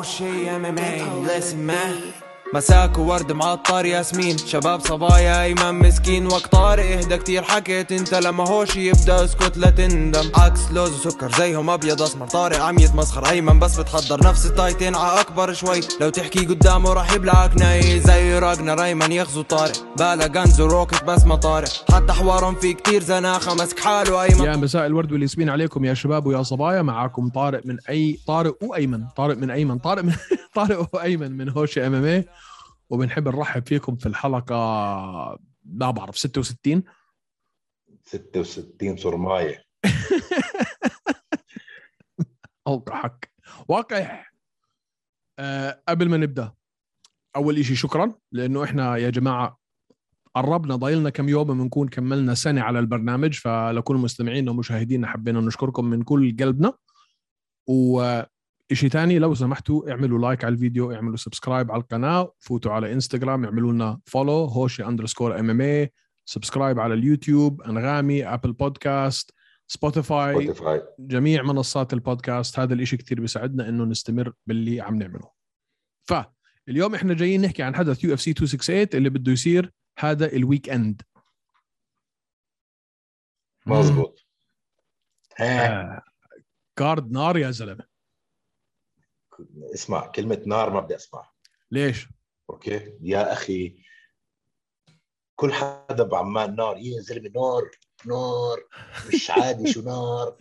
شي MMA listen man. مساك وورد معطر ياسمين، شباب صبايا ايمن مسكين. وقت طارق اهدى كتير حكيت انت، لما هوش يبدا اسكت لا تندم. عكس لوز وسكر زيهم ابيض اسمر، طارق عم يتمسخر ايمن بس بتحضر نفس التايتين ع اكبر شوي. لو تحكي قدامه راح يبلعك ناي زي راجنر ايمن يغزو طارق. بالا غنز وروكت بس ما طارق، حتى حوارهم في كتير زناخه مسك حاله ايمن. يا مساء الورد والياسمين عليكم يا شباب ويا صبايا. معاكم طارق من طارق وايمن من هوش MMA، وبنحب نرحب فيكم في الحلقة لا بعرف 66 صرماية. اوقعك واقع. قبل ما نبدأ، أول إشي شكرا، لأنه إحنا يا جماعة قربنا، ضايلنا كم يوم بنكون كملنا سنة على البرنامج. فلكل مستمعينا ومشاهدينا حبينا نشكركم من كل قلبنا. وإشي تاني، لو سمحتوا اعملوا لايك على الفيديو، اعملوا سبسكرايب على القناة، فوتوا على انستغرام اعملوا لنا فولو هوشي_MMA، سبسكرايب على اليوتيوب، أنغامي، أبل بودكاست، سبوتيفاي، جميع منصات البودكاست. هذا الإشي كتير بيساعدنا إنه نستمر باللي عم نعمله. فاليوم إحنا جايين نحكي عن حدث UFC 268 اللي بده يصير هذا الويك اند. مظبوط. كارد نار يا زلمه. اسمع كلمة نار ما بدي اسمع. ليش؟ اوكي يا اخي، كل حدا بعمان نار يا زلمه، نار نار مش عادي. شو نار؟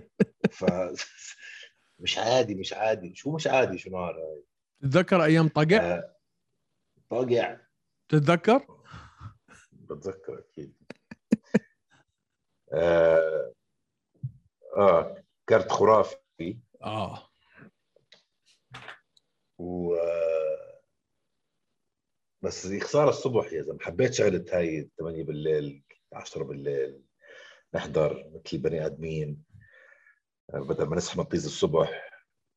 مش عادي شو مش عادي شو نار هاي؟ تتذكر ايام طقع؟ طاقع. تتذكر؟ بتذكر اكيد. كارت خرافي. بس خسارة الصبح يا زلمه. حبيت شغلة هاي 8 بالليل 10 بالليل نحضر مثل البني ادمين بدل ما نصحى نطيز الصبح.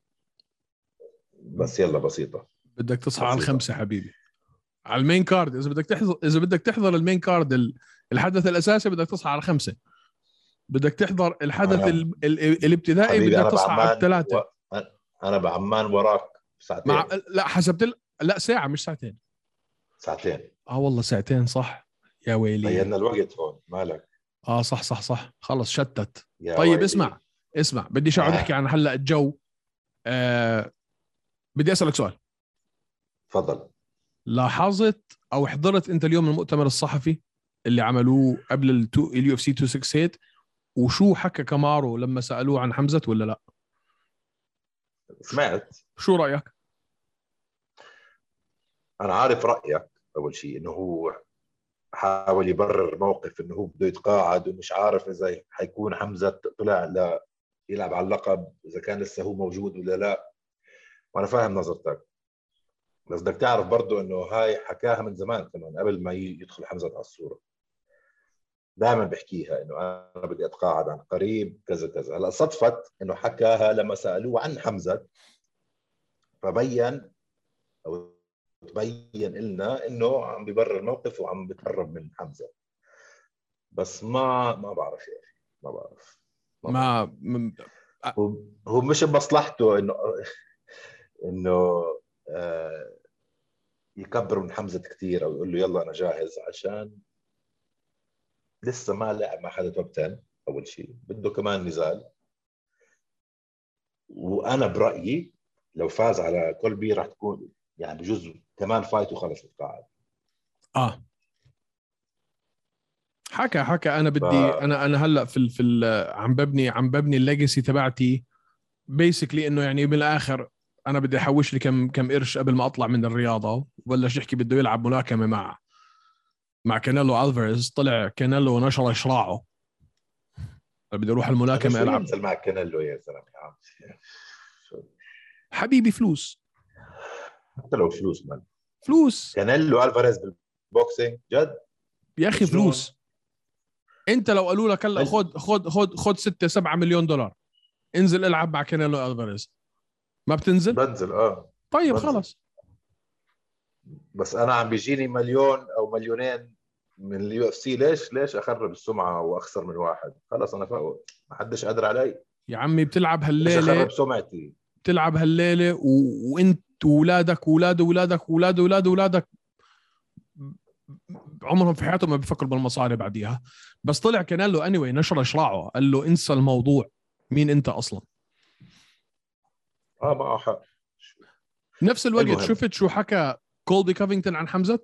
بس يلا بسيطة. بدك تصحى على 5 حبيبي على المين كارد. اذا بدك تحضر المين كارد الحدث الاساسي بدك تصحى على 5. بدك تحضر الحدث الابتدائي بدك تصحى على 3. انا بعمان وراك ساعتين. لا حسبت لا ساعة مش ساعتين. ساعتين. والله ساعتين صح. يا ويلي غيرنا الوقت هون مالك. صح خلص شتت. طيب ويلي. اسمع بدي اقعد احكي عن هلا الجو. بدي اسالك سؤال. تفضل. لاحظت او حضرت انت اليوم المؤتمر الصحفي اللي عملوه قبل اليو اف سي 268؟ وشو حكى كامارو لما سالوه عن حمزة ولا لا؟ سمعت. شو رايك؟ انا عارف رايك. اول شيء انه هو حاول يبرر موقف انه هو بده يتقاعد ومش عارف اذا حيكون حمزة طلع لا يلعب على اللقب، اذا كان لسه هو موجود ولا لا. وانا فاهم نظرتك، بس بدك تعرف برضو انه هاي حكاها من زمان كمان قبل ما يدخل حمزة على الصورة. دائما بحكيها انه انا بدي اتقاعد عن قريب كذا كذا. هلا صدفت انه حكاها لما سالوه عن حمزة، فبين او تبين لنا انه عم بيبرر الموقف وعم بتهرب من حمزة. بس ما بعرف يا اخي، ما بعرف. هو مش بمصلحته انه يكبر من حمزة كثير او يقول له يلا انا جاهز، عشان لسه ما لعب مع حدا توب 10. اول شيء بده كمان نزال. وانا برايي لو فاز على كولبي راح تكون يعني بجوز كمان فايت وخلص القاعد. حكى انا بدي انا هلا في عم ببني الليجاسي تبعتي بيسكلي، انه يعني بالاخر انا بدي احوش لي كم قرش قبل ما اطلع من الرياضه. وبلش يحكي بده يلعب ملاكمه مع كانيلو ألفاريز. طلع كانيلو ونشر اشراعه. بدي اروح الملاكمه العب. ينزل مع كانيلو يا زلمه يا عم. حبيبي فلوس. حتى لو فلوس من فلوس. كانيلو ألفاريز بالبوكسينج جد يا اخي فلوس. انت لو قالوا لك هلا خد 6-7 مليون دولار انزل العب مع كانيلو ألفاريز، ما بتنزل؟ بنزل. طيب بنزل. خلص. بس انا عم بيجيني مليون او مليونين من اليو اف سي. ليش اخرب السمعه واخسر من واحد؟ خلص انا فوق، ما حدش قادر علي يا عمي. بتلعب ليش هالليله اخرب سمعتي؟ تلعب هالليله وانت واولادك واولادك عمرهم في حياتهم ما بيفكروا بالمصاري بعديها. بس طلع كانيلو anyway نشر اشراعه، قال له انسى الموضوع، مين انت اصلا. معه حق. نفس الوقت المهم. شفت شو حكى كولبي كوفينغتون عن حمزة؟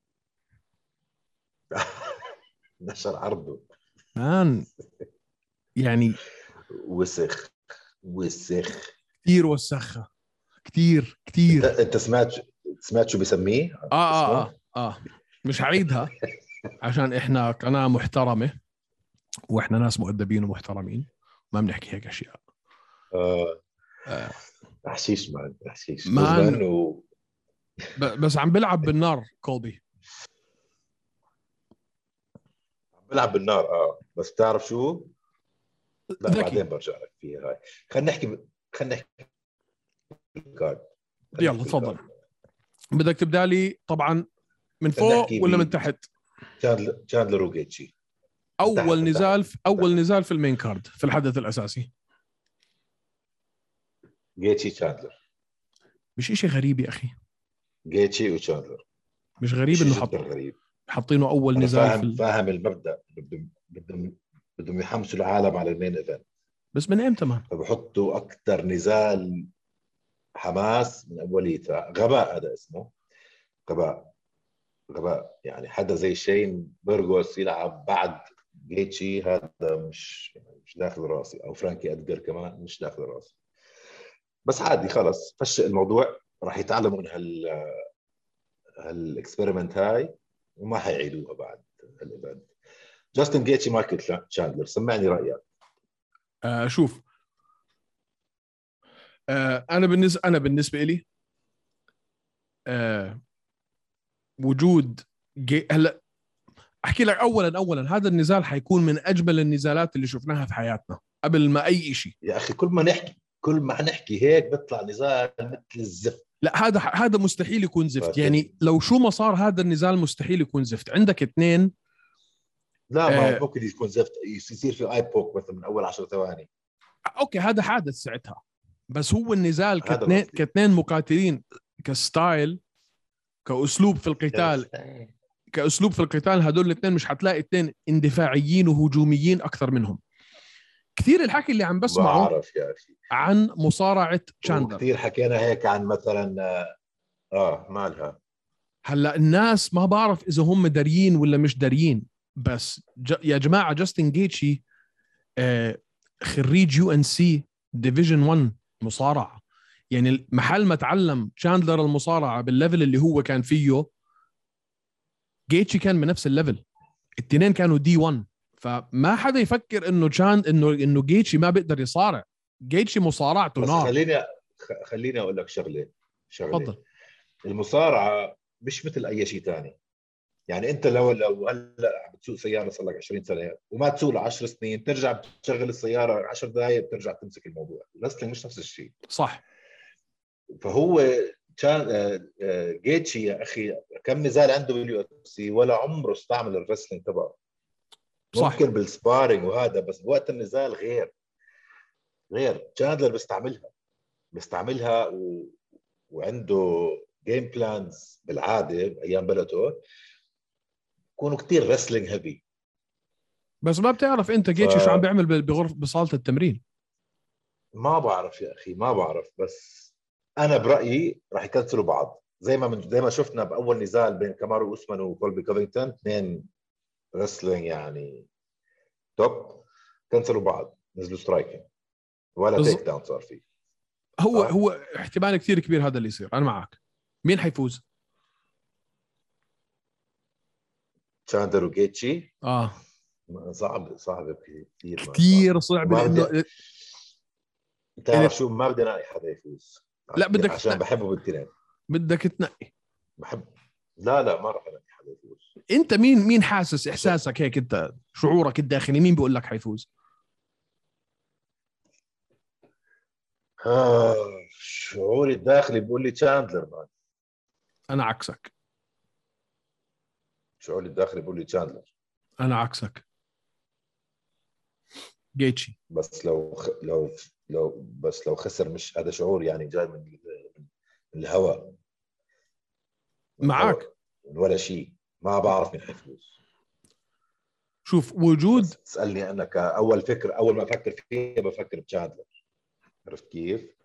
نشر عرضه مان يعني وسخ كثير وسخة، كثير انت سمعت شو بسميه اسمه؟ مش هعيدها عشان احنا قناة محترمة واحنا ناس مؤدبين ومحترمين، ما بنحكي هيك اشياء. حشيش حشيش مان مزمن بس عم بلعب بالنار كولبي. بلعب بالنار. بس بتعرف شو؟ لا ذكي. بعدين برجع لك فيها هاي. خلينا نحكي بالكارد. يلا تفضل. بدك تبدا لي طبعا من خلينا فوق نحكي ولا من تحت؟ تشاندلر وجيتشي. اول نزال في المين كارد في الحدث الاساسي. جيتشي تشاندلر. مش إشي غريب يا اخي؟ جيتشي وتشاندلر. مش غريب انه جدا غريب. حاطينه اول أنا نزال فاهم المبدأ. بدهم يحمسوا العالم على المين ايفنت. بس من امتى مان؟ فبحطوا اكثر نزال حماس من اوليتها. غباء، هذا اسمه غباء. يعني حدا زي شين بيرغوس يلعب بعد جيتشي، هذا مش داخل راسي. او فرانكي ادجر كمان مش داخل راسي. بس عادي خلص فشل الموضوع. راح يتعلموا من هالاكسبيرمنت هاي وما حيعيدوها بعد الايفنت. جاستن جيتشي مايكل تشاندلر، سمعني رايك. شوف، انا بالنسبه لي وجود هلا احكي لك اولا هذا النزال حيكون من اجمل النزالات اللي شفناها في حياتنا قبل ما اي شيء. يا اخي كل ما نحكي هيك بيطلع نزال مثل الزفت. لا هذا مستحيل يكون زفت. يعني لو شو ما صار هذا النزال مستحيل يكون زفت. عندك اثنين. لا ما ممكن يكون زفت. يصير في اي بوك مثلا من اول 10 ثواني. اوكي هذا حادث ساعتها. بس هو النزال كاثنين مقاتلين، كستايل، كاسلوب في القتال هدول الاثنين مش حتلاقي اثنين اندفاعيين وهجوميين اكثر منهم. كثير الحكي اللي عم بسمعه بعرف يا اخي عن مصارعة تشاندلر. كثير حكينا هيك عن مثلا مالها. هلا الناس ما بعرف اذا هم داريين ولا مش داريين، بس يا جماعة جاستن جيتشي خريج UNC ديفيجن 1 مصارعة. يعني محل ما تعلم تشاندلر المصارعة بالليفل اللي هو كان فيه، جيتشي كان بنفس الليفل. الاثنين كانوا D1. فما حدا يفكر انه انه جيتشي ما بيقدر يصارع. جيتشي مصارعته بس نار. خليني اقول لك شغله. تفضل. المصارعه مش مثل اي شيء ثاني. يعني انت لو هلا بتسوق سياره صار لك 20 سنه وما تسوق ل 10 سنين، ترجع بتشغل السياره 10 دقائق بترجع تمسك الموضوع. الرسلينج مش نفس الشيء. صح. فهو كان جيتشي يا اخي كم نزال عنده بالUFC ولا عمره استعمل الرسلينج تبعه. ممكن بالسبارينج وهذا، بس بوقت النزال غير. تشاندلر بيستعملها وعنده جيم بلانز بالعاده بايام بلده يكونوا كتير رسلينج هيفي. بس ما بتعرف انت جيتشي شو عم بيعمل بصاله التمرين؟ ما بعرف يا اخي ما بعرف. بس انا برايي راح يكنسلوا بعض زي ما شفنا باول نزال بين كامارو اوسمان وكولبي كوفينغتون. اثنين رسلينج يعني توب. كنسلوا بعض، نزلوا سترايكنج ولا تيك داون صار فيه. هو احتمال كثير كبير هذا اللي يصير. انا معك. مين حيفوز؟ تشاندلر وجيتشي. صعب كثير صعب لانه تعرف شو، ما بدي انقي حدا يفوز. لا بدك عشان بحبه بالاثنين. بدك تنقي. لا ما راح انقي حدا يفوز. انت مين حاسس احساسك هيك؟ انت شعورك الداخلي مين بيقول لك حيفوز؟ شعوري الداخلي بيقول لي تشاندلر مان. انا عكسك. شعوري الداخلي بيقول لي تشاندلر. انا عكسك. جيتشي. بس لو خسر مش هذا شعور يعني جاي من الهواء، معك من ولا شيء، ما بعرف مين حيفوز. شوف وجود تسألني أنا كأول فكر، أول ما أفكر فيها بفكر بتشاندلر، عرفت كيف؟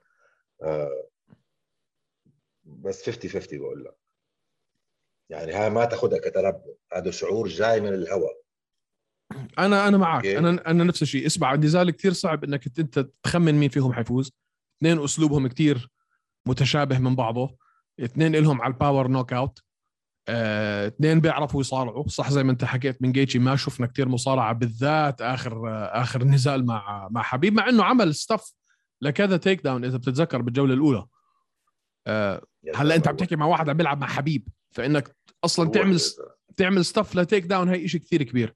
بس 50-50 بقول لك، يعني هاي ما تاخذها كتربع، هذا شعور جاي من الهواء. انا معك، أوكي. انا نفس الشيء. اسمع، النزال كثير صعب انك انت تخمن مين فيهم حيفوز. اثنين اسلوبهم كثير متشابه من بعضه، اثنين لهم على الباور نوك اوت، اثنين بيعرفوا يصارعوا صح. زي ما انت حكيت من جيتشي ما شفنا كتير مصارعه، بالذات اخر نزال مع حبيب، مع انه عمل ستاف لكذا تيك داون اذا بتتذكر بالجوله الاولى. هلا انت عم تحكي مع واحد عم بيلعب مع حبيب، فانك اصلا تعمل ستاف لتيك داون هي شيء كثير كبير.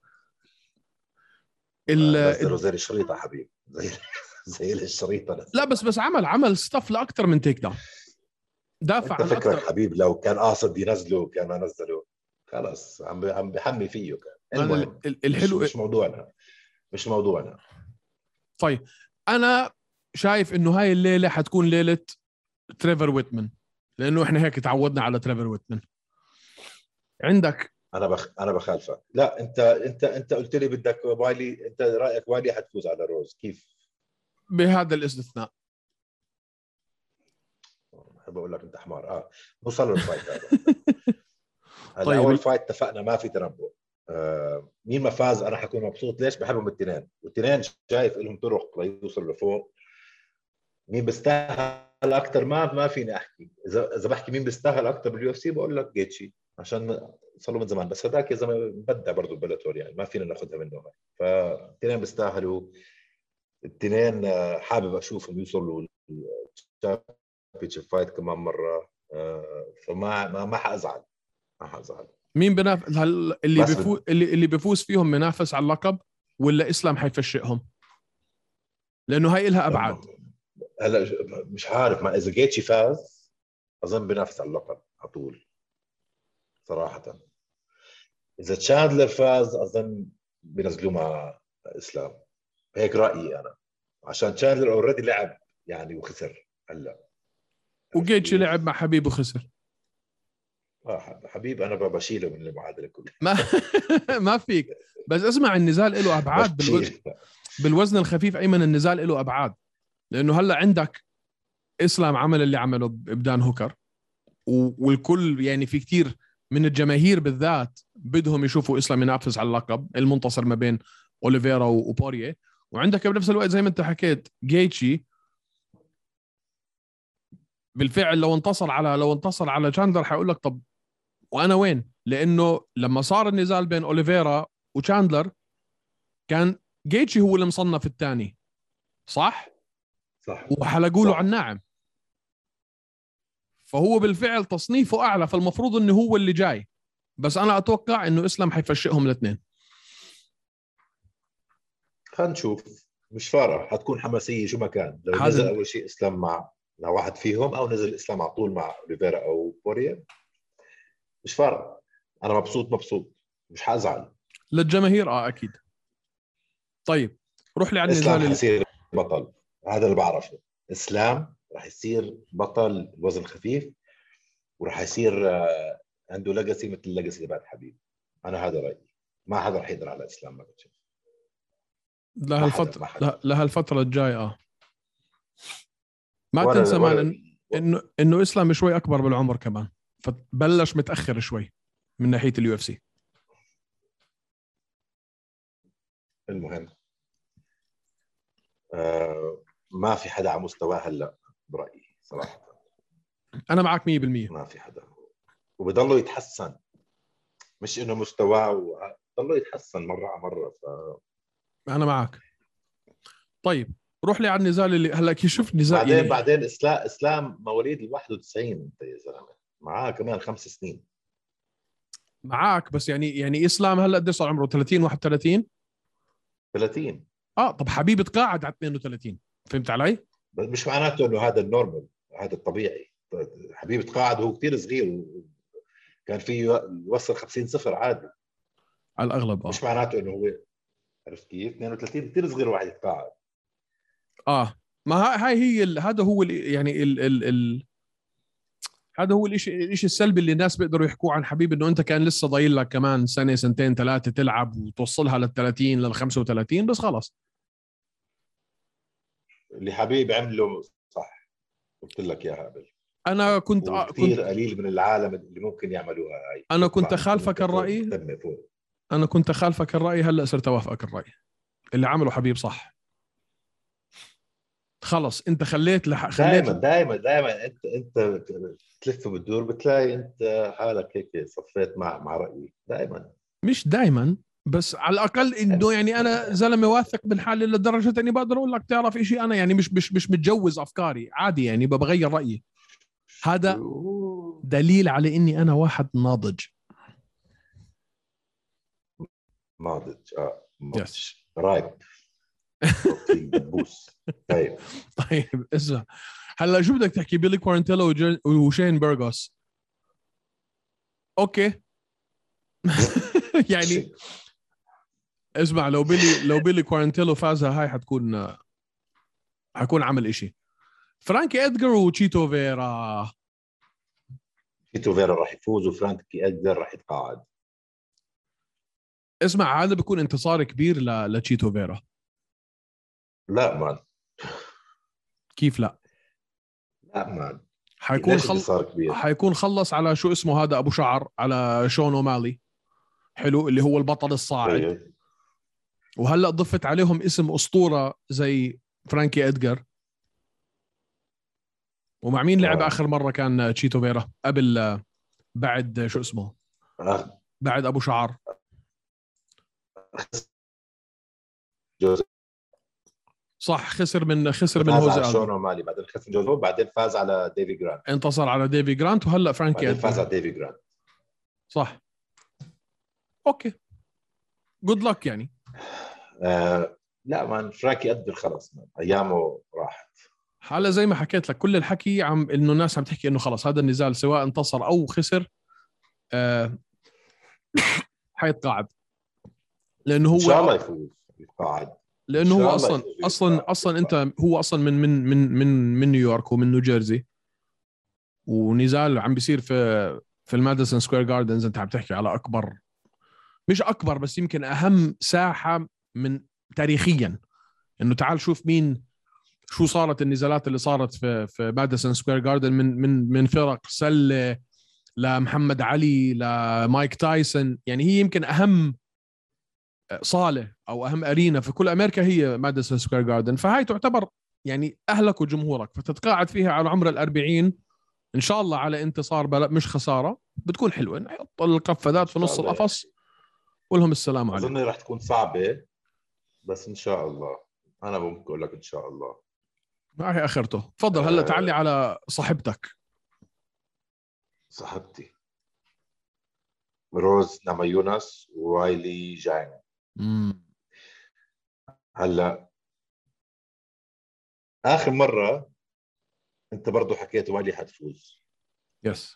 نزلوا زي الشريطه حبيب، زي الشريطه. لا بس عمل ستاف لاكثر من تيك داون، دافع عن فكرك أكتر. حبيب لو كان قاصد ينزله كان ما نزله، خلص عم بحمي فيه كان. المهم الحلو مش موضوعنا. طيب انا شايف انه هاي الليله حتكون ليله تريفر ويتمان، لانه احنا هيك تعودنا على تريفر ويتمان. عندك انا بخالفك. لا انت قلت لي بدك وايلي، انت رايك وايلي حتفوز على روز، كيف بهذا الاستثناء؟ بقول لك انت حمار. نوصل للفايت هذا. هلا طيب اول فايت اتفقنا ما في تنبؤ. مين ما فاز انا حكون مبسوط. ليش؟ بحبهم الاثنين، والاثنين شايف لهم طرق ليوصلوا لفوق. مين بيستاهل اكثر ما فيني احكي. اذا بحكي مين بيستاهل اكثر باليو اف سي بقول لك جيتشي، عشان صار له من زمان، بس هذاك يا زلمه مبدع برضه ببلاتور، يعني ما فينا ناخذها منه. فالاثنين بيستاهلوا، الاثنين حابب اشوفهم يوصلوا للتشامبيونشيب فايت كمان مره. فما ما حازعل، ما حازعل. مين بينافس؟ هل اللي بيفوز فيهم منافس على اللقب ولا اسلام حيفشئهم؟ لانه هاي إلها ابعاد. هلا مش عارف، ما اذا جيتشي فاز اظن بينافس على اللقب على طول صراحه. اذا تشاندلر فاز اظن بينزلوه مع اسلام، هيك رايي انا، عشان تشاندلر اوريدي لعب يعني وخسر هلا. وجيتشي لعب مع حبيب وخسر. حبيب انا بشيله من المعادله كلها. ما فيك. بس اسمع، النزال له ابعاد بالوزن الخفيف. ايمن النزال له ابعاد، لانه هلا عندك اسلام عمل اللي عمله بدان هوكر، والكل يعني في كتير من الجماهير بالذات بدهم يشوفوا اسلام ينافس على اللقب المنتصر ما بين اوليفيرا وبوريه. وعندك بنفس الوقت زي ما انت حكيت جيتشي بالفعل لو انتصر على تشاندلر حيقول لك طب وانا وين؟ لانه لما صار النزال بين اوليفيرا وتشاندلر كان جيتشي هو اللي مصنف الثاني، صح وحلقوا له على الناعم، فهو بالفعل تصنيفه اعلى، فالمفروض انه هو اللي جاي. بس انا اتوقع انه اسلام حيفشئهم الاثنين. خلينا نشوف، مش فارقه، حتكون حماسيه شو ما كان. لو نزل اول شيء اسلام مع واحد فيهم، او نزل اسلام على طول مع اوليفيرا او بوريا، مش فارقه. انا مبسوط، مش حازعل للجماهير. اكيد. طيب روح لي على النزال. النزال حيصير بطل، هذا اللي بعرفه. اسلام راح يصير بطل الوزن الخفيف، وراح يصير عنده ليجاسي مثل الليجاسي اللي بعد حبيب. انا هذا رايي. ما حدا راح يقدر على اسلام ما بتشوف لهالفتره الجايه. ما تنسى مان انه اسلام شوي اكبر بالعمر كمان، فبلش متاخر شوي من ناحيه اليو اف سي. المهم ما في حدا على مستواه هلا برايي صراحه. انا معك 100%. ما في حدا، وبضله يتحسن، مش انه مستواه بضله يتحسن مره على مره. انا معك. طيب روح لي على النزال اللي هلا شوف نزال بعدين اسلام مواليد ال 91. انت يا زلمه معاه كمان 5 سنين. معك، بس يعني اسلام هلا قد صار عمره 30 31 30. طب حبيب تقاعد على 32. فهمت علي؟ بس مش معناته انه هذا النورمال، هذا الطبيعي. حبيب تقاعد وهو كثير صغير، كان فيه يوصل 50-0 عادي على الاغلب. مش معناته انه هو، عرفت كيف؟ 32 كثير صغير واحد يتقاعد. ما هاي هي هذا هو يعني هذا هو الشيء السلبي اللي الناس بيقدروا يحكوا عن حبيب، انه انت كان لسه ضايل لك كمان سنه سنتين ثلاثه تلعب وتوصلها لل30 لل35 بس خلص. اللي حبيب عمله صح، قلت لك يا هابل. انا وكثير قليل من العالم اللي ممكن يعملوها هاي. انا كنت اخالفك الراي، انا كنت اخالفك الراي، هلا صرت اوافقك الراي. اللي عمله حبيب صح. خلص انت خليت دائما انت تلف بالدور بتلاقي انت حالك هيك صفيت مع رايي دائما. مش دائما، بس على الاقل انه يعني انا زلمه واثق من حالي لدرجه اني بقدر اقول لك تعرف شيء، انا يعني مش متجوز افكاري عادي، يعني بغير رايي. هذا دليل على اني انا واحد ناضج. ناضج يس رايب. دبوس. طيب طيب اسمع، هلا شو بدك تحكي؟ بيلي كوارنتيلو وشين بيرغوس. اوكي يعني اسمع، لو بيلي كوارنتيلو فازها هاي حكون عمل إشي. فرانكي ادجر وتشيتو فيرا. تشيتو فيرا راح يفوز وفرانكي ادجر راح يتقاعد. اسمع هذا بيكون انتصار كبير لتشيتو فيرا. لا مان. كيف لا؟ لا مان. حيكون خلص على شو اسمه هذا ابو شعر، على شون اومالي. حلو، اللي هو البطل الصاعد. وهلا ضفت عليهم اسم اسطوره زي فرانكي ادجر. ومع مين لعب اخر مره كان تشيتو فيرا قبل بعد شو اسمه بعد ابو شعر؟ صح، خسر من هوزي شون اومالي، بعدين خسر من جوزو، بعدين فاز على ديفي جرانت. انتصر على ديفي جرانت، وهلا فرانكي ادجر فاز على ديفي جرانت. صح. اوكي جود لك يعني. لا مان، فرانكي ادجر خلص مان. ايامه راحت. هلا زي ما حكيت لك، كل الحكي عم انه الناس عم تحكي انه خلص هذا النزال سواء انتصر او خسر حيتقاعد، لانه هو ان شاء الله يفوز يتقاعد، لانه هو اصلا انت هو اصلا من نيويورك ومن نيوجيرسي، ونزال عم بيصير في الماديسون سكوير جاردنز. انت عم تحكي على اكبر، مش اكبر بس يمكن اهم ساحه من تاريخيا. انه تعال شوف شو صارت النزالات اللي صارت في ماديسون سكوير جاردن من فرق سله لمحمد علي لمايك تايسون. يعني هي يمكن اهم صاله او اهم ارينا في كل امريكا هي ماديسون سكوير جاردن. فهاي تعتبر يعني اهلك وجمهورك، فتتقاعد فيها على عمر ال40 ان شاء الله على انتصار مش خساره، بتكون حلوه. نحط القفازات في نص القفص ولهم السلام عليكم. اظن راح تكون صعبه بس ان شاء الله. انا ممكن اقول لك ان شاء الله. ما هي اخرته. تفضل هلا تعلي على صاحبتك. صاحبتي روز نامايوناس ووايلي جانج. هلا اخر مره انت برضو حكيت وايلي حتفوز. يس.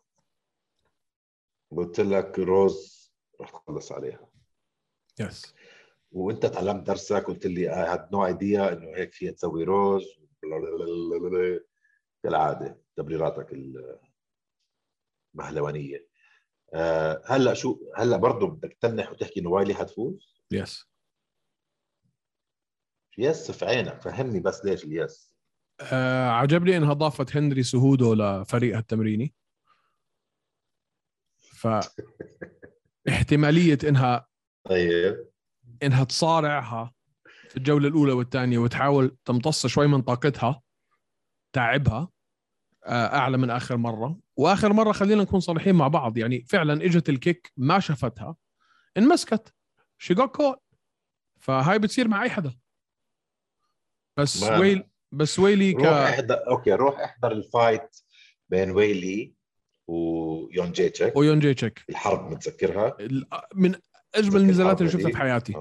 قلت لك روز راح تخلص عليها. يس. وانت تعلمت درسك، قلت لي I had no idea انه هيك فيها تسوي روز كالعاده تبريراتك المهلوانيه. هلا برضه بدك تنح وتحكي انه وايلي حتفوز؟ يس. يس في عينك، فهمني بس ليش اليس. عجبني انها ضافت هنري سهودو لفريقها التمريني، فاحتماليه انها تصارعها في الجوله الاولى والثانيه وتحاول تمتص شوي من طاقتها، تعبها اعلى من اخر مره. واخر مره خلينا نكون صريحين مع بعض، يعني فعلا اجت الكيك ما شفتها انمسكت شيغوكو. فهاي بتصير مع اي حدا. بس ويلي روح احضر الفايت بين ويلي ويونجيتشك. الحرب متذكرها، من اجمل النزالات اللي شفتها في حياتي.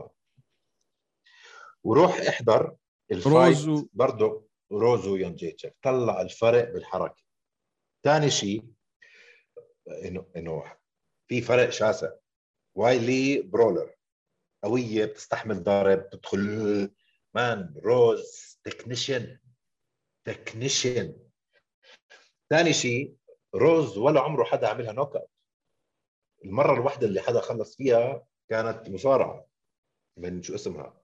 وروح احضر الفايت برضه روز ويونجيتشك. طلع الفرق بالحركه. ثاني شيء انه في فرق شاسع. وايلي برولر قويه، بتستحمل ضرب، تدخل. مان روز تكنيشن تكنيشن. ثاني شيء روز ولا عمره حدا عملها نوك اوت. المره الواحده اللي حدا خلص فيها كانت مصارعه من شو اسمها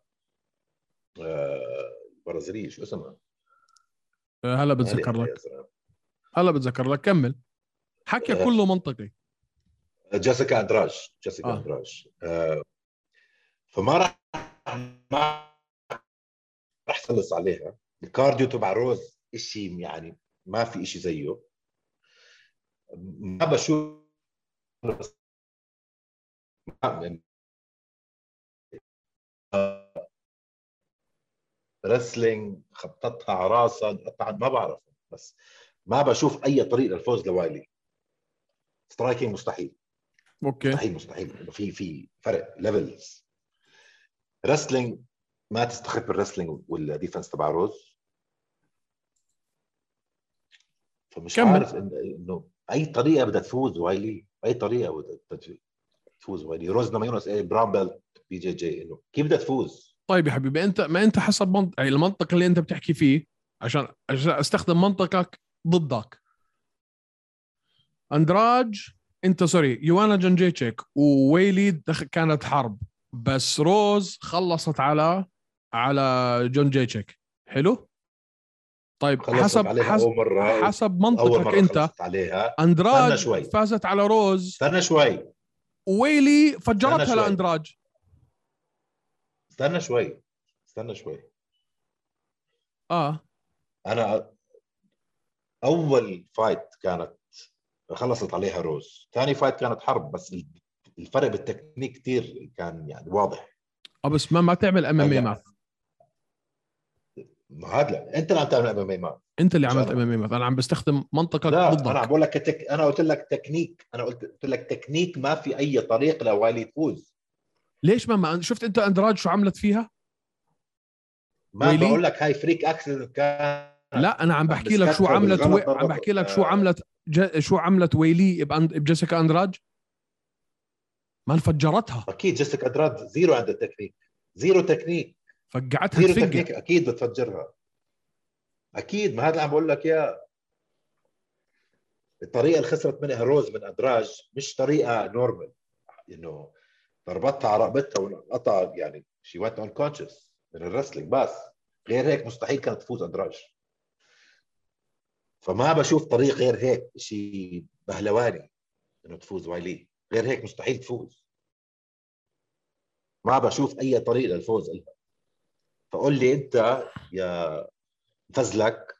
برازيليه، شو اسمها؟ هلا بتذكر لك، هلا بتذكر لك، كمل حكي كله منطقي. جيسيكا اندراج. اندراج. فما راح خلص عليها. الكارديو تبع روز شيء يعني ما في شيء زيه. ما بشوف رسلينج خططها على راسها قطعت، ما بعرف، بس ما بشوف اي طريق للفوز لوايلي. سترايكينج مستحيل. اوكي مستحيل انه في فرق ليفلز. رسلينج ما تستخف الرسلينج والديفنس تبع روز. فمش كمل. عارف انه اي طريقه بدها تفوز وايلي، اي طريقه بدها تفوز وايلي. روز لما يونس براون بيلت بي جي جي، انه كيف بدها تفوز؟ طيب يا حبيبي، انت حسب يعني المنطق اللي انت بتحكي فيه، عشان استخدم منطقك ضدك. اندراج، انت سوري، يوانا جنجيتشيك وويلي كانت حرب، بس روز خلصت على جنجيتشيك. حلو. طيب خلصت عليها اول مره. حسب اول منطقك مره انت خلصت عليها. اندراج فازت على روز. استنى شوي. وويلي فجرتها لاندراج. استنى شوي. انا اول فايت كانت خلصت عليها روز. ثاني فايت كانت حرب، بس الفرق بالتكنيك كثير كان يعني واضح. بس ما تعمل ام ام اي ماث. ما هذا انت اللي عم تعمل ام ام اي ماث. انت اللي عملت ام ام اي ماث. انا عم بستخدم منطقك ضدك. انا عم بقول لك انا قلت لك تكنيك. انا قلت لك تكنيك، ما في اي طريق لوايلي تفوز. ليش ما شفت انت اندراج شو عملت فيها؟ ما ويلي؟ بقول لك هاي فريك اكسيدنت كان. لا انا عم بحكي لك شو عملت عم بحكي لك شو عملت ويلي بجيسيكا اندراج. ما انفجرتها. اكيد جيسيكا اندراج زيرو عند التكنيك. زيرو تكنيك. فقعتها زيرو تفقع. تكنيك اكيد بتفجرها. اكيد. ما هذا اللي عم بقول لك اياه. الطريقه اللي خسرت منها روز من ادراج مش طريقه نورمال، انه ضربتها على رقبتها وقطع، يعني شي وانت انكونشس من الرسلينج. بس غير هيك مستحيل كانت تفوز ادراج. فما بشوف طريق غير هيك، شيء بهلواني انه تفوز وايلي. غير هيك مستحيل تفوز. ما بشوف اي طريق للفوز لها. فقول لي انت يا فزلك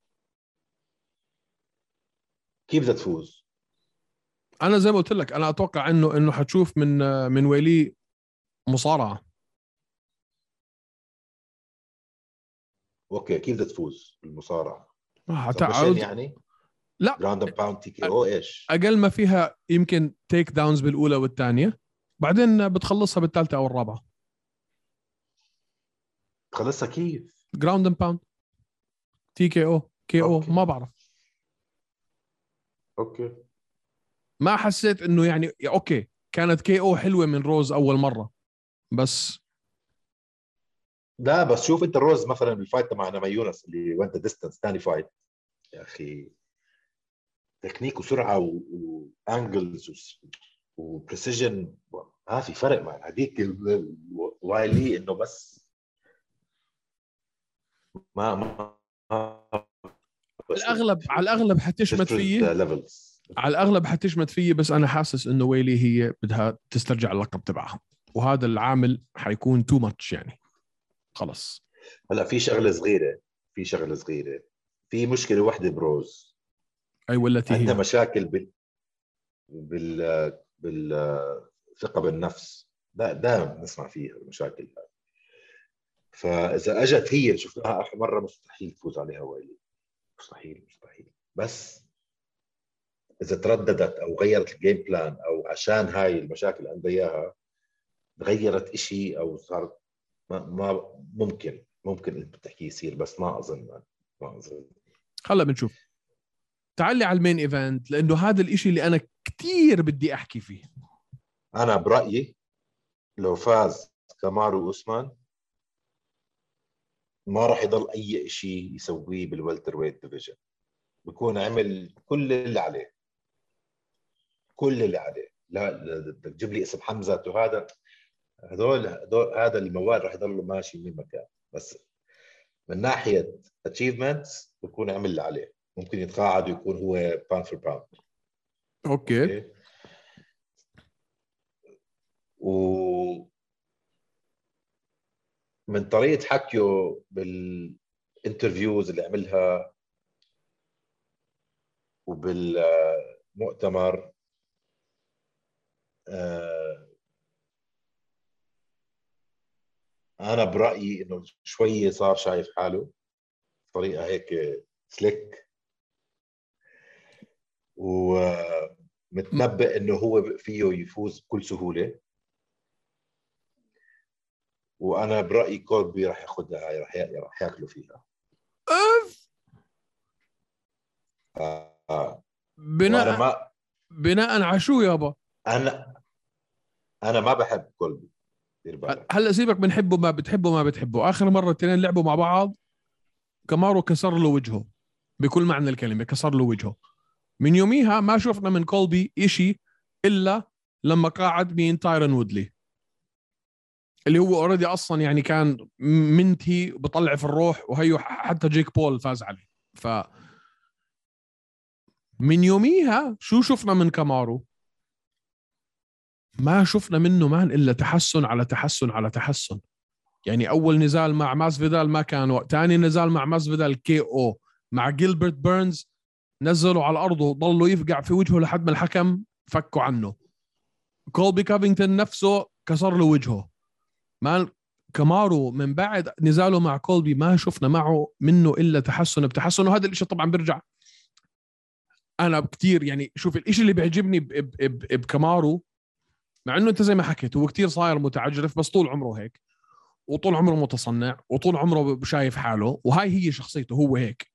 كيف بدها تفوز؟ انا زي ما قلت لك، انا اتوقع انه حتشوف من ويلي مصارعه. اوكي، كيف بدها تفوز بالمصارعه؟ هتعود يعني لا جراوند اند باوند تي كي او. ايش اقل ما فيها يمكن تيك داونز بالاولى والثانيه، بعدين بتخلصها بالثالثه او الرابعه. تخلصها كيف؟ جراوند اند باوند تي كي او ما بعرف. اوكي. ما حسيت انه يعني اوكي كانت كي او حلوه من روز اول مره، بس لا بس شوف انت الروز مثلا بالفايت مع نما يونس اللي وانت ديستنس ثاني فايت، يا اخي تكنيك وسرعه وانجلز وبريسيجن. ما في فرق مع هذيك وايلي، انه بس ما على الاغلب حتشمت فيي. على الاغلب حتشمت فيي، بس انا حاسس انه ويلي هي بدها تسترجع اللقب تبعها، وهذا العامل حيكون تو ماتش يعني. خلص. هلا في شغله صغيره. في مشكله واحده بروز. اي والتي هي عندها مشاكل بالثقه بالنفس. دائما نسمع فيها المشاكل. فاذا اجت هي شفناها اخر مره، مستحيل تفوز عليها وايلي. مستحيل. بس اذا ترددت او غيرت الجيم بلان، او عشان هاي المشاكل اللي عندها اياها غيرت إشي او صارت، ما ممكن انت بتحكي يصير، بس ما اظن. هلا بنشوف. تعالي على المين ايفنت، لانه هذا الاشي اللي انا كتير بدي احكي فيه. انا برايي لو فاز كامارو اوسمان ما راح يضل اي شيء يسويه بالوالتر ويت ديفيجن. بكون عمل كل اللي عليه، كل اللي عليه. لا بدك تجيب لي اسم حمزه وهذا، هذول هذا الموال راح يضل ماشي من مكان. بس من ناحيه اتشيفمنتس بكون عمل اللي عليه. ممكن يتقاعد ويكون هو باوند فور باوند. اوكي. ومن طريقه حكيه بالانترفيوز اللي عملها وبالمؤتمر، انا برايي انه شويه صار شايف حاله بطريقه هيك سليك، ومتنبئ انه هو فيه يفوز بكل سهوله. وانا برايي كولبي راح ياخذها هاي، راح ياكلوا فيها. وانا بناء على شو يابا؟ انا ما بحب كولبي، دير بالك. هلا سيبك، بنحبه ما بتحبه ما بتحبه. اخر مره الاثنين لعبوا مع بعض كامارو كسر له وجهه بكل معنى الكلمه، كسر له وجهه. من يوميها ما شفنا من كولبي إشي الا لما قاعد مين تايرن وودلي، اللي هو اوريدي اصلا يعني كان منتهي بطلع في الروح، وهيو حتى جيك بول فاز عليه. ف من يوميها شو شفنا من كامارو؟ ما شفنا منه مان الا تحسن على تحسن على تحسن. يعني اول نزال مع ماسفيدال ما كان، ثاني نزال مع ماسفيدال كي او، مع جيلبرت بيرنز نزلوا على الارض وضلوا يفقع في وجهه لحد ما الحكم فكوا عنه. كولبي كافينغتون نفسه كسر له وجهه. ما كامارو من بعد نزاله مع كولبي ما شفنا معه منه الا تحسن بتحسن. وهذا الاشي طبعا بيرجع، انا كتير يعني شوف الاشي اللي بيعجبني بكامارو، مع انه انت زي ما حكيت هو كتير صاير متعجرف، بس طول عمره هيك، وطول عمره متصنع، وطول عمره شايف حاله، وهاي هي شخصيته. هو هيك،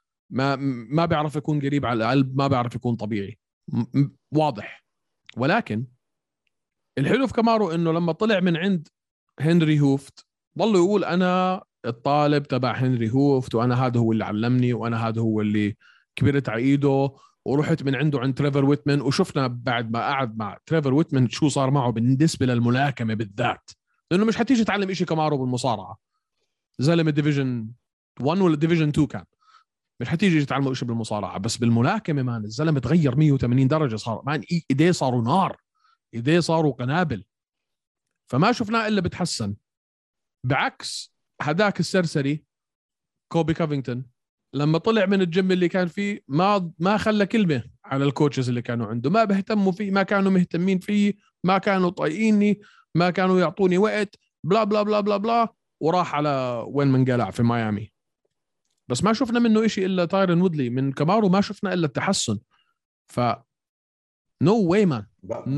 ما بيعرف يكون قريب على القلب، ما بيعرف يكون طبيعي، واضح. ولكن الحلو في كامارو انه لما طلع من عند هنري هوفت ضل يقول انا الطالب تبع هنري هوفت، وانا هذا هو اللي علمني، وانا هذا هو اللي كبرت على ايده. ورحت من عنده عند تريفر ويتمن، وشفنا بعد ما قعد مع تريفر ويتمن شو صار معه بالنسبه للملاكمه بالذات. لانه مش حتيجي تعلم إشي كامارو بالمصارعه، زلمه ديفيجن 1 ولا ديفيجن 2 كان، مش حتيجي تتعلموا إشي بالمصارعه. بس بالملاكمه مان الزلمه تغير 180 درجه، صار مان ايديه صاروا نار، ايديه صاروا قنابل. فما شفناه الا بتحسن. بعكس هداك السرسري كوبي كافينغتون، لما طلع من الجيم اللي كان فيه ما خلى كلمه على الكوتشز اللي كانوا عنده، ما بيهتموا فيه، ما كانوا مهتمين فيه، ما كانوا طايقيني، ما كانوا يعطوني وقت، بلا بلا بلا بلا بلا. وراح على وين من قلع في ميامي. بس ما شفنا منه إشي الا تايرن وودلي. من كامارو ما شفنا الا التحسن. ف نو واي مان.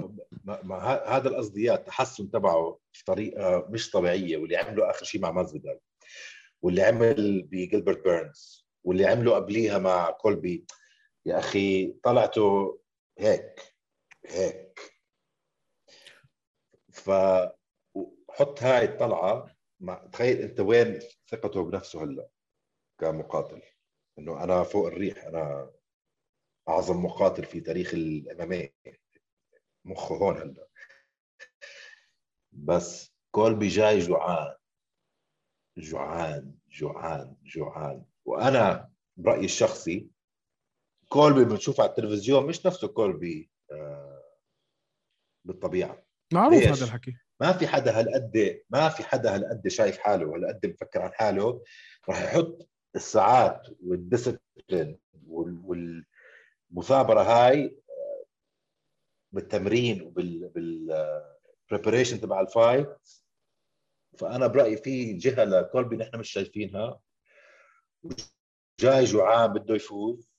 هذا القصديات التحسن تبعه بطريقه مش طبيعيه. واللي عمله اخر شيء مع مازفيدال، واللي عمل بجيلبرت بيرنز، واللي عمله قبليها مع كولبي، يا اخي طلعته هيك هيك. فحط هاي الطلعه تخيل انت وين ثقته بنفسه هلا كمقاتل، انه انا فوق الريح، انا اعظم مقاتل في تاريخ الامامي. مخه هون هلا. بس كولبي جاي جوعان جوعان جوعان جوعان. وانا برايي الشخصي كولبي بنشوفه على التلفزيون مش نفسه كولبي بالطبيعه. معروف ليش؟ هذا الحكي. ما في حدا هالقد شايف حاله وهالقد بفكر عن حاله راح يحط الساعات والديسبلين والمثابره هاي بالتمرين وبالبريبريشن تبع الفايت. فانا برايي في جهه لكولبي نحن مش شايفينها، جاي جوعان بده يفوز،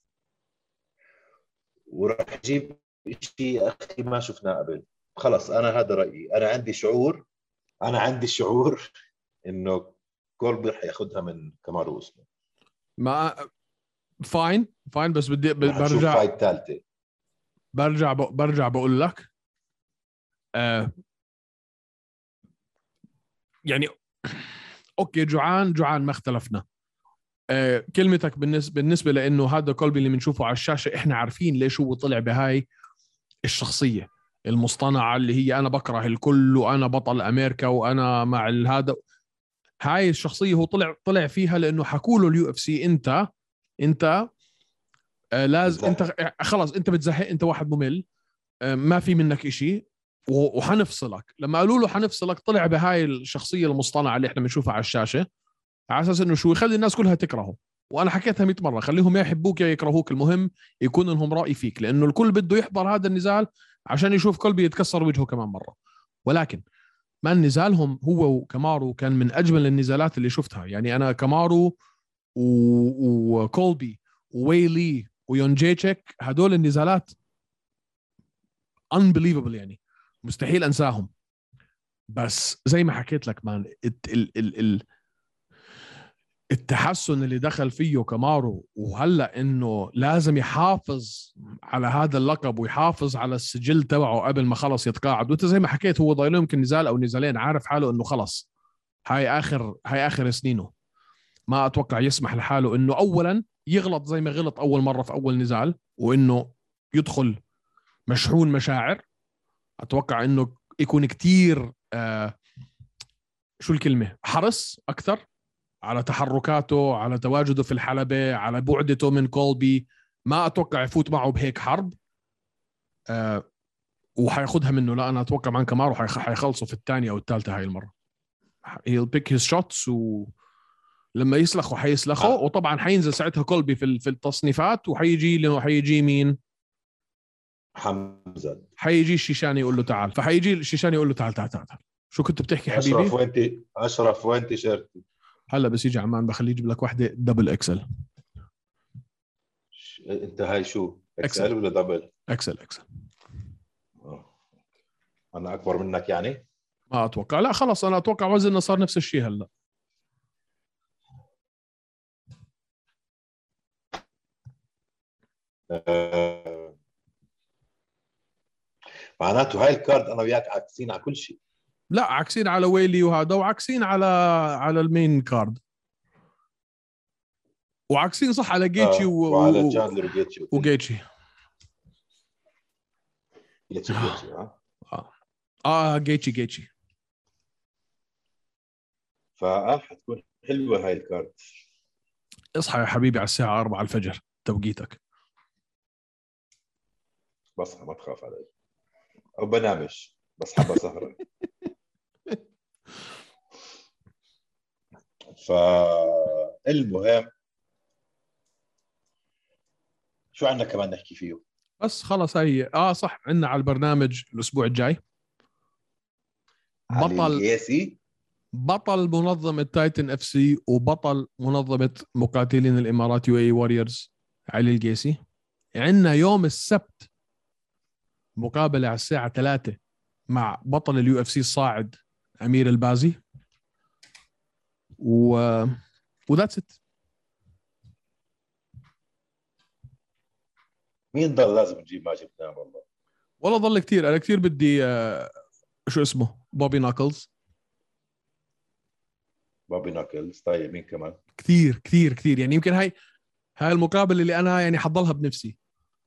وراح يجيب شيء اخي ما شفناه قبل. خلص انا هذا رايي. انا عندي شعور انه كولبي رح ياخذها من كامارو اسمه. ما فاين بس بدي برجع فايت ثالثه. برجع بقول لك يعني اوكي جوعان ما اختلفنا. كلمتك بالنسبه لانه هذا كولبي اللي بنشوفه على الشاشه احنا عارفين ليش هو طلع بهاي الشخصيه المصطنعه اللي هي انا بكره الكل وانا بطل امريكا وانا مع هذا. هاي الشخصيه هو طلع فيها لانه حكوا له اليو اف سي انت لازم انت خلاص انت بتزهق، انت واحد ممل، ما في منك إشي وحنفصلك. لما قالوا له حنفصلك طلع بهاي الشخصيه المصطنعه اللي احنا بنشوفها على الشاشه على اساس انه شو يخلي الناس كلها تكرهه. وانا حكيتها 100 مره، خليهم يا يحبوك يا يكرهوك، المهم يكون لهم راي فيك، لانه الكل بده يحضر هذا النزال عشان يشوف كولبي يتكسر وجهه كمان مره. ولكن ما نزالهم هو وكامارو كان من اجمل النزالات اللي شفتها. يعني انا كامارو وكولبي وويلي ويونجيتشك هدول النزالات unbelievable، يعني مستحيل انساهم. بس زي ما حكيت لك مان التحسن اللي دخل فيه كامارو، وهلا انه لازم يحافظ على هذا اللقب ويحافظ على السجل تبعه قبل ما خلص يتقاعد. وانت زي ما حكيت هو ضايله يمكن نزال او نزالين، عارف حاله انه خلص هاي اخر سنينه. ما اتوقع يسمح لحاله انه اولا يغلط زي ما غلط اول مره في اول نزال، وانه يدخل مشحون مشاعر. اتوقع انه يكون كتير شو الكلمه، حرص اكثر على تحركاته، على تواجده في الحلبة، على بعدته من كولبي. ما أتوقع يفوت معه بهيك حرب وحياخدها منه. لا أنا أتوقع مع كامارو حيخلصوا في الثانية أو الثالثة هاي المرة. he'll pick his shots، ولما يسلخوا حيسلخوا. وطبعا حينزل ساعتها كولبي في التصنيفات، وحيجي لأنه حيجي مين؟ حمزة. حيجي الشيشاني يقول له تعال، فحيجي الشيشاني يقول له تعال تعال تعال. شو كنت بتحكي حبيبي؟ أشرف وين تيشيرتي؟ هلا بس يجي عمان بخليه يجيب لك واحدة دبل اكسل. انت هاي شو اكسل ولا دبل؟ اكسل. انا اكبر منك يعني؟ ما اتوقع، لا خلص انا اتوقع وزننا صار نفس الشيء هلا. معناته هاي الكارد انا وياك عاكسين على كل شيء. لا عاكسين على ويلي وهذا، وعاكسين على المين كارد، وعاكسين صح على جيتشي وعلى تشاندلر وجيتشي. جيتشي جيتشي. حتكون حلوه هاي الكارد. اصحى يا حبيبي على الساعة 4 الفجر توقيتك. بصحى ما تخاف علي، او بنامش بس حابة سهرة. فالمهم شو عندنا كمان نحكي فيه؟ بس خلص هي صح، عندنا على البرنامج الاسبوع الجاي بطل منظمة تايتن اف سي وبطل منظمة مقاتلين الامارات UAE واريورز علي القيسي. عندنا يوم السبت مقابلة على الساعة 3 مع بطل اليو اف سي الصاعد أمير البازي وذاتس ات. مين ضل لازم نجيب ماجد نام والله ضل كتير. أنا كتير بدي شو اسمه بوبي ناكلز. طيب مين كمان؟ كتير يعني يمكن هاي المقابلة اللي أنا يعني حضلها بنفسي.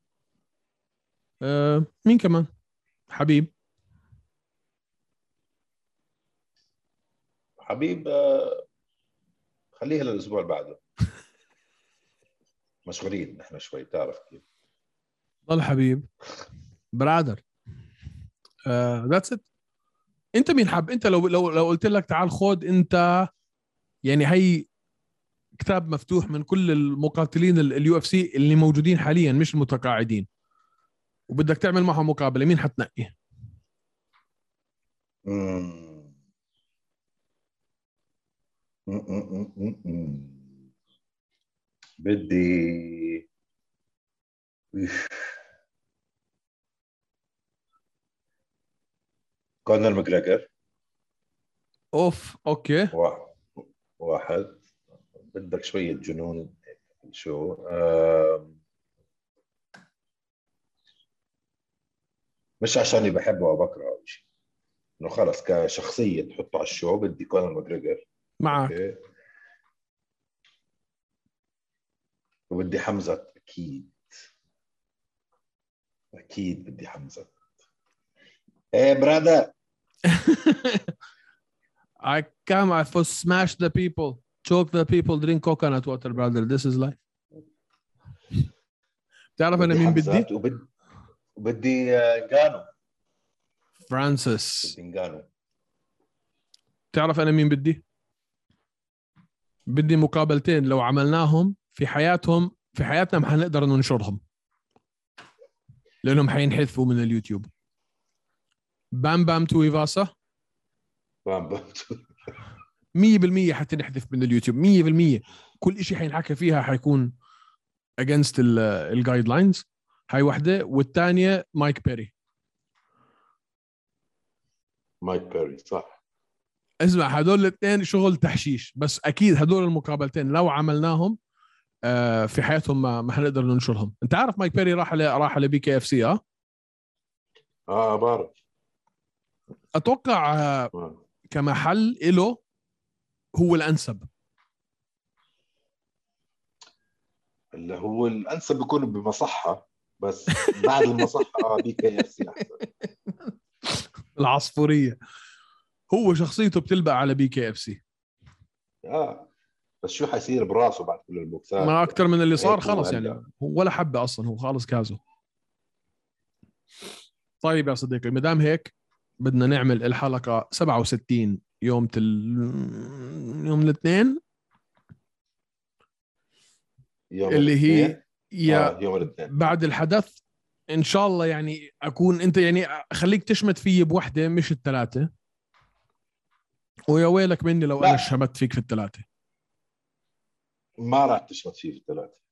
مين كمان؟ حبيب خليها للأسبوع اللي بعده. مشغولين نحن شوي، تعرف كيف. ضل حبيب برادر. ذاتس ات. انت مين حاب؟ انت لو قلت لك تعال خود انت، يعني هي كتاب مفتوح من كل المقاتلين اليو اف سي اللي موجودين حاليا مش المتقاعدين، وبدك تعمل معهم مقابله، مين حتنقي؟ بدي كونر ماجريجر. اوف اوكي. واحد بدك شوية جنون. شو مش عشاني بحبه او بكره او شيء، انه خلص كشخصية تحطه على الشو بدي كونر ماجريجر. معك. أوكي. وبدي حمزة اكيد بدي حمزة. ايه برادا. I come I for smash the people, choke the people, drink coconut water brother, this is life. تعرف انا بدي مين حمزة بدي؟ وبدي نغانو. فرانسيس. بدي نغانو. تعرف انا مين بدي؟ بدي مقابلتين لو عملناهم في حياتنا ما حنقدر ننشرهم لانهم حينحذفوا من اليوتيوب. بام بام تويفاسا بام بام 100% حتنحذف من اليوتيوب 100%. كل إشي حينحكى فيها حيكون against الجايد لاينز. هاي واحدة. والثانية مايك بيري. مايك بيري صح. اسمع هدول الاثنين شغل تحشيش بس اكيد هدول المقابلتين لو عملناهم في حياتهم ما حنقدر ننشرهم. انت عارف مايك بيري راح لبي كي اف سي. بعرف. اتوقع كمحل له هو الانسب. اللي هو الانسب بيكون بمصحة بس بعد المصحة بي كي اف سي احسن. العصفورية. هو شخصيته بتلبق على بي كي اف سي. بس شو حيصير براسه بعد كل البوكسات؟ ما اكثر من اللي صار هيك هو خلص يعني هلا. هو ولا حبه اصلا هو خالص كازو. طيب يا صديقي مدام هيك بدنا نعمل الحلقة 67 يوم الاثنين يوم اللي هي الاثنين. يوم الاثنين بعد الحدث ان شاء الله. يعني اكون انت يعني خليك تشمت فيي بوحده مش الثلاثه. ويا ويلك مني لو انا لا شمت فيك في الثلاثه. ما راح تشمت فيه في الثلاثة.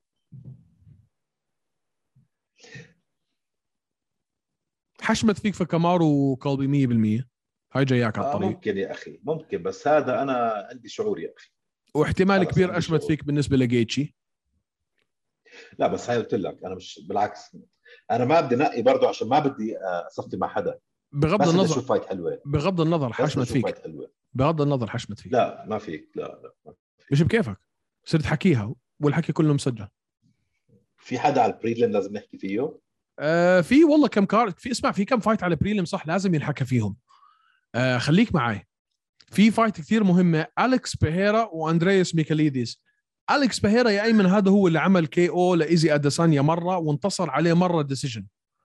حشمت فيك في كامارو وكولبي 100%. هاي جاياك على الطريق. ممكن يا اخي ممكن بس هذا انا عندي شعور يا اخي. واحتمال خلص كبير عندي اشمت شعور. فيك بالنسبه لجيتشي. لا بس هاي قلت لك انا مش بالعكس. انا ما بدي نقي برضه عشان ما بدي اصفي مع حدا. بغض بس بدي النظر اشوف فايت حلوه. بغض النظر بس حشمت اشوف فيك. فايت حلوه. بغض النظر حشمت فيك. لا ما فيك. لا ما فيك. مش بكيفك. صرت حكيها والحكي كله مسجل. في حدا على البريلم لازم نحكي فيه؟ في والله كم كارد في اسمع في كم فايت على بريلم صح لازم ينحكى فيهم. خليك معي. في فايت كثير مهمة أليكس بيهيرا وأندرياس ميكاليديس. أليكس بيهيرا يا أيمن هذا هو اللي عمل كي أو لإيزي أديسانيا مرة وانتصر عليه مرة ديسيجن.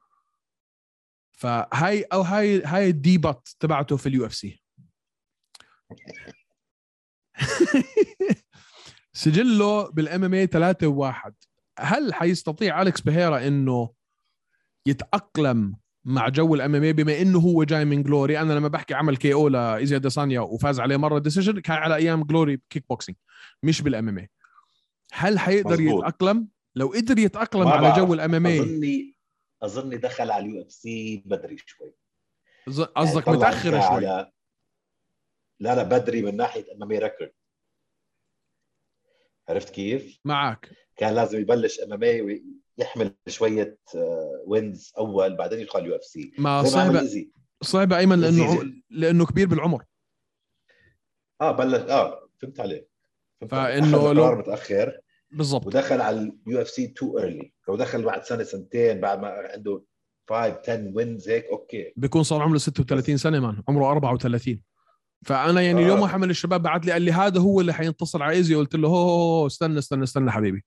فهاي أو هاي الديبات تبعته في اليو اف سي. سجله بالام ام اي 3-1. هل حيستطيع أليكس بيهيرا انه يتأقلم مع جو الام ام اي بما انه هو جاي من جلوري؟ انا لما بحكي عمل كي او لايزي أديسانيا وفاز عليه مره ديسيجن كان على ايام جلوري كيك بوكسينج مش بالام ام اي. هل حيقدر مزبوط. يتأقلم؟ لو قدر يتأقلم ما على بعرف. جو الام ام اي اظني دخل على اليو اف سي بدري شوي. قصدك يعني متأخر شوي. لا بدري من ناحيه ام ام اي ريكورد. عرفت كيف؟ معك. كان لازم يبلش ام ام اي ويحمل شويه وينز اول بعدين يدخل يو اف سي ما زي ما عمل ايزي. صعبة ايمن لانه كبير بالعمر. بلش فهمت عليه. فانه اخذ لو قرار متاخر بالضبط ودخل على اليو اف سي تو ايرلي. لو دخل بعد سنه سنتين بعد ما عنده 5 10 وينز هيك اوكي بيكون صار عمره 36 سنه مان عمره 34. فانا يعني اليوم واحد من الشباب بعت لي قال لي هذا هو اللي حينتصر على ايزي. قلت له هو استنى حبيبي.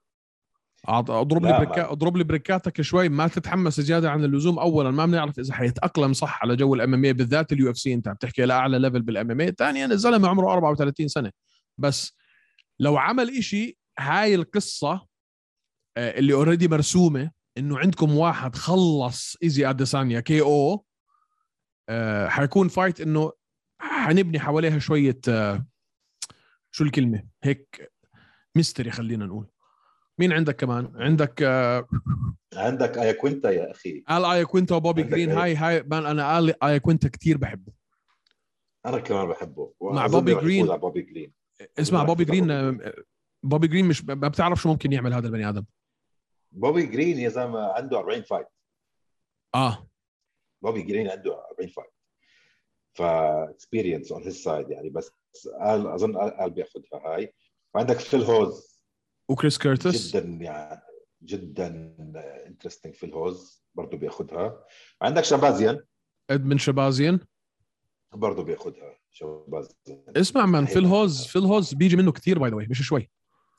اضرب لي بريكاتك شوي ما تتحمس زياده عن اللزوم. اولا ما بنعرف اذا حيتاقلم صح على جو الام ام اي بالذات اليو اف سي. انت بتحكي لاعلى ليفل بالام ام اي. ثانيا الزلمه عمره 34 سنه. بس لو عمل إشي هاي القصه اللي اوريدي مرسومه انه عندكم واحد خلص ايزي أديسانيا كي او حيكون فايت انه حنبني حواليها شويه شو الكلمه هيك ميستري خلينا نقول. مين عندك كمان؟ عندك اياكوينتا يا اخي. اياكوينتا وبوبي جرين. هاي مان انا اياكوينتا كتير بحبه. انا كمان بحبه مع بوبي جرين. بوبي جرين. اسمع بوبي جرين مش ما بتعرف شو ممكن يعمل هذا البني ادم. بوبي جرين يا زلمه عنده 40 فايت. بوبي جرين عنده 40 فايت. فاكسبيرينس اون هيز سايد يعني. بس قال اظن قال بياخذها هاي. وعندك فيل هوز وكريس كيرتس. جدا يعني جدا انترستنج. فيل هوز برضه بياخذها. عندك شبازيان ادمن شبازيان برضه بياخذها. شبازيان اسمع من مستحيل ما ياخدها. فيل هوز بيجي منه كتير باي ذا واي، مش شوي.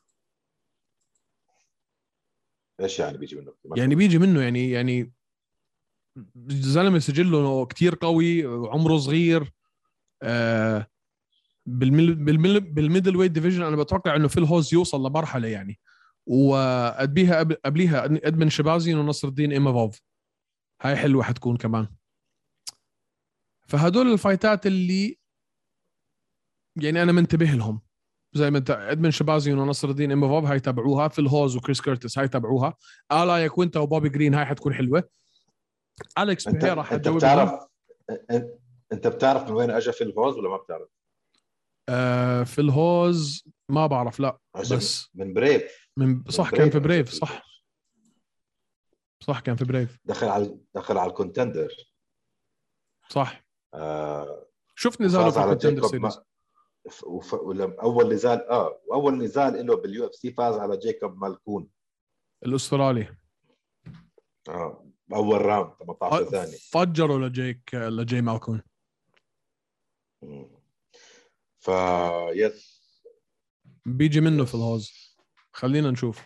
ايش يعني بيجي منه؟ يعني بيجي منه يعني زلمه سجله كتير قوي، عمره صغير. آه بالميدل ويت ديفيجن انا بتوقع انه فيل هوز يوصل لمرحله يعني. وقبليها قبليها ادمن شبازين ونصر الدين ايمافوف، هاي حلوه حتكون كمان. فهدول الفايتات اللي يعني انا منتبه لهم، زي ما انت ادمن شبازين ونصر الدين ايمافوف هاي تابعوها، فيل هوز وكريس كيرتس هاي تابعوها، الايا كوينتا وبوبي جرين هاي حتكون حلوه، اليكس بيهيرا انت حتجاوبهم. بتعرف انت بتعرف من وين اجى فيل هوز ولا ما بتعرف؟ فيل هوز ما بعرف، لا اجى بس من بريف. من صح كان في اجى بريف، فيل صح هوز. صح كان في بريف، دخل على الكونتندر. صح. آه شفت نزاله وفاز في على الكونتندر جيكوب سيريز. ولما اول نزال واول نزال له باليو اف سي فاز على جيكوب مالكون. الاسترالي اول راوند 18 ثانيه. فجروا لجي مالكون. يس بيجي منه يس. في الهوز. خلينا نشوف.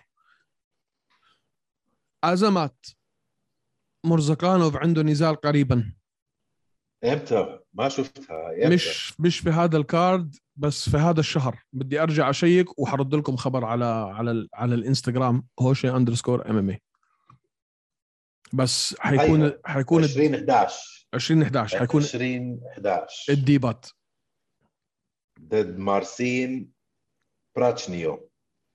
أزمات مرزقانوف عنده نزال قريبا. امتى؟ ما شفتها امتى. مش في هذا الكارد، بس في هذا الشهر بدي ارجع اشيك وحرد لكم خبر على الانستغرام هوشي اندرسكور ام ام اي. بس حيكون 2011 2011 حيكون 2011 الديبات ضد مارسين براتشنيو.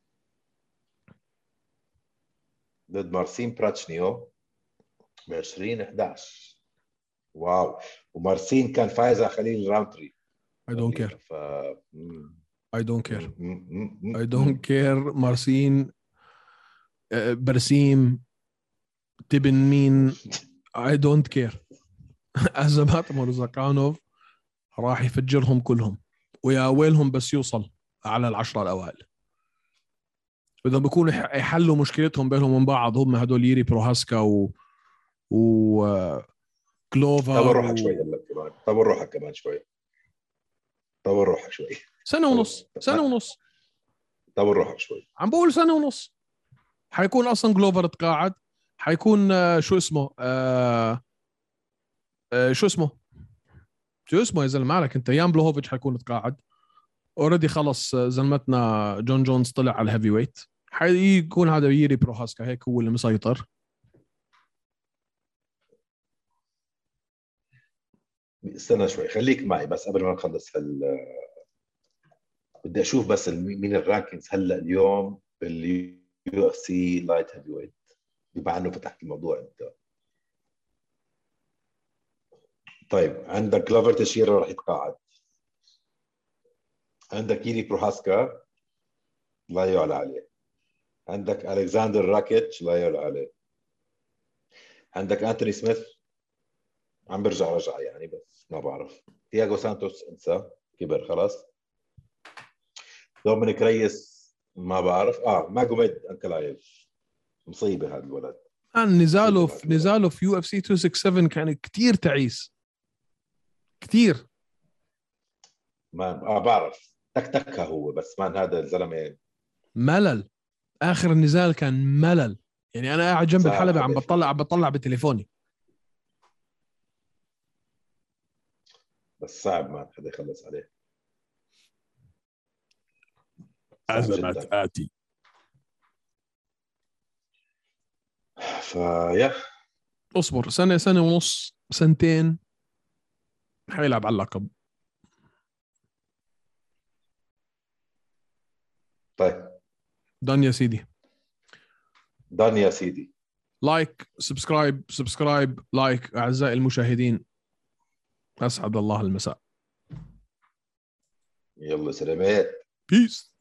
ب 2011. واو. ومارسين كان فايز على خليل راونتري. I don't care ف... I don't care I don't care. مارسين برسيم تبن مين I don't care. أزمات مرزقانوف راح يفجرهم كلهم، ويا ويلهم بس يوصل على العشرة الأوائل. إذا بيكونوا يحلوا مشكلتهم بينهم وبين بعض، هم هدول ييري بروهاسكا كلوفر. طور روحك شوي هلا كمان. طور روحك كمان شوي. طور روحك شوي. سنة ونص طور روحك شوي. عم بقول سنة ونص. حيكون أصلا كلوفر تقاعد، حيكون شو اسمه شو اسمه يا زلمة مالك انت، يان بلوهوفيتش حيكون تقاعد اوريدي خلص. زلمتنا جون جونز طلع على الهيفي ويت، حيكون هذا ييري بروهاسكا هيك هو اللي مسيطر. استنى شوي خليك معي بس قبل ما نخلص بدي اشوف بس مين الرانكينجز هلا اليوم باليو اف سي لايت هيفي ويت، بما انه فتحت الموضوع انت. طيب عندك كلوفر تشيرا راح يتقاعد. عندك ييري بروهاسكا لا يعلى عليه. عندك الكساندر راكيتش لا يعلى عليه. عندك انتوني سميث عم رجع يعني بس ما بعرف. تياغو سانتوس انسى كبر خلاص. دومينيك ريس ما بعرف. ماجوميد انكلايف مصيبه هذا الولد. نزاله في يو اف سي 267 كان كتير تعيس كتير. ما بعرف تكتكها هو بس مان هذا الزلمه ملل. اخر النزال كان ملل يعني. انا قاعد جنب الحلبة عم بطلع بتليفوني. بس صعب ما حدا يخلص عليه. أزمات آتي. فيا اصبر سنة ونص سنتين حيلعب على اللقب. طيب دن يا سيدي. دن يا سيدي. لايك سبسكرايب لايك أعزائي المشاهدين. أسعد الله المساء. يلا سلامات. بيس.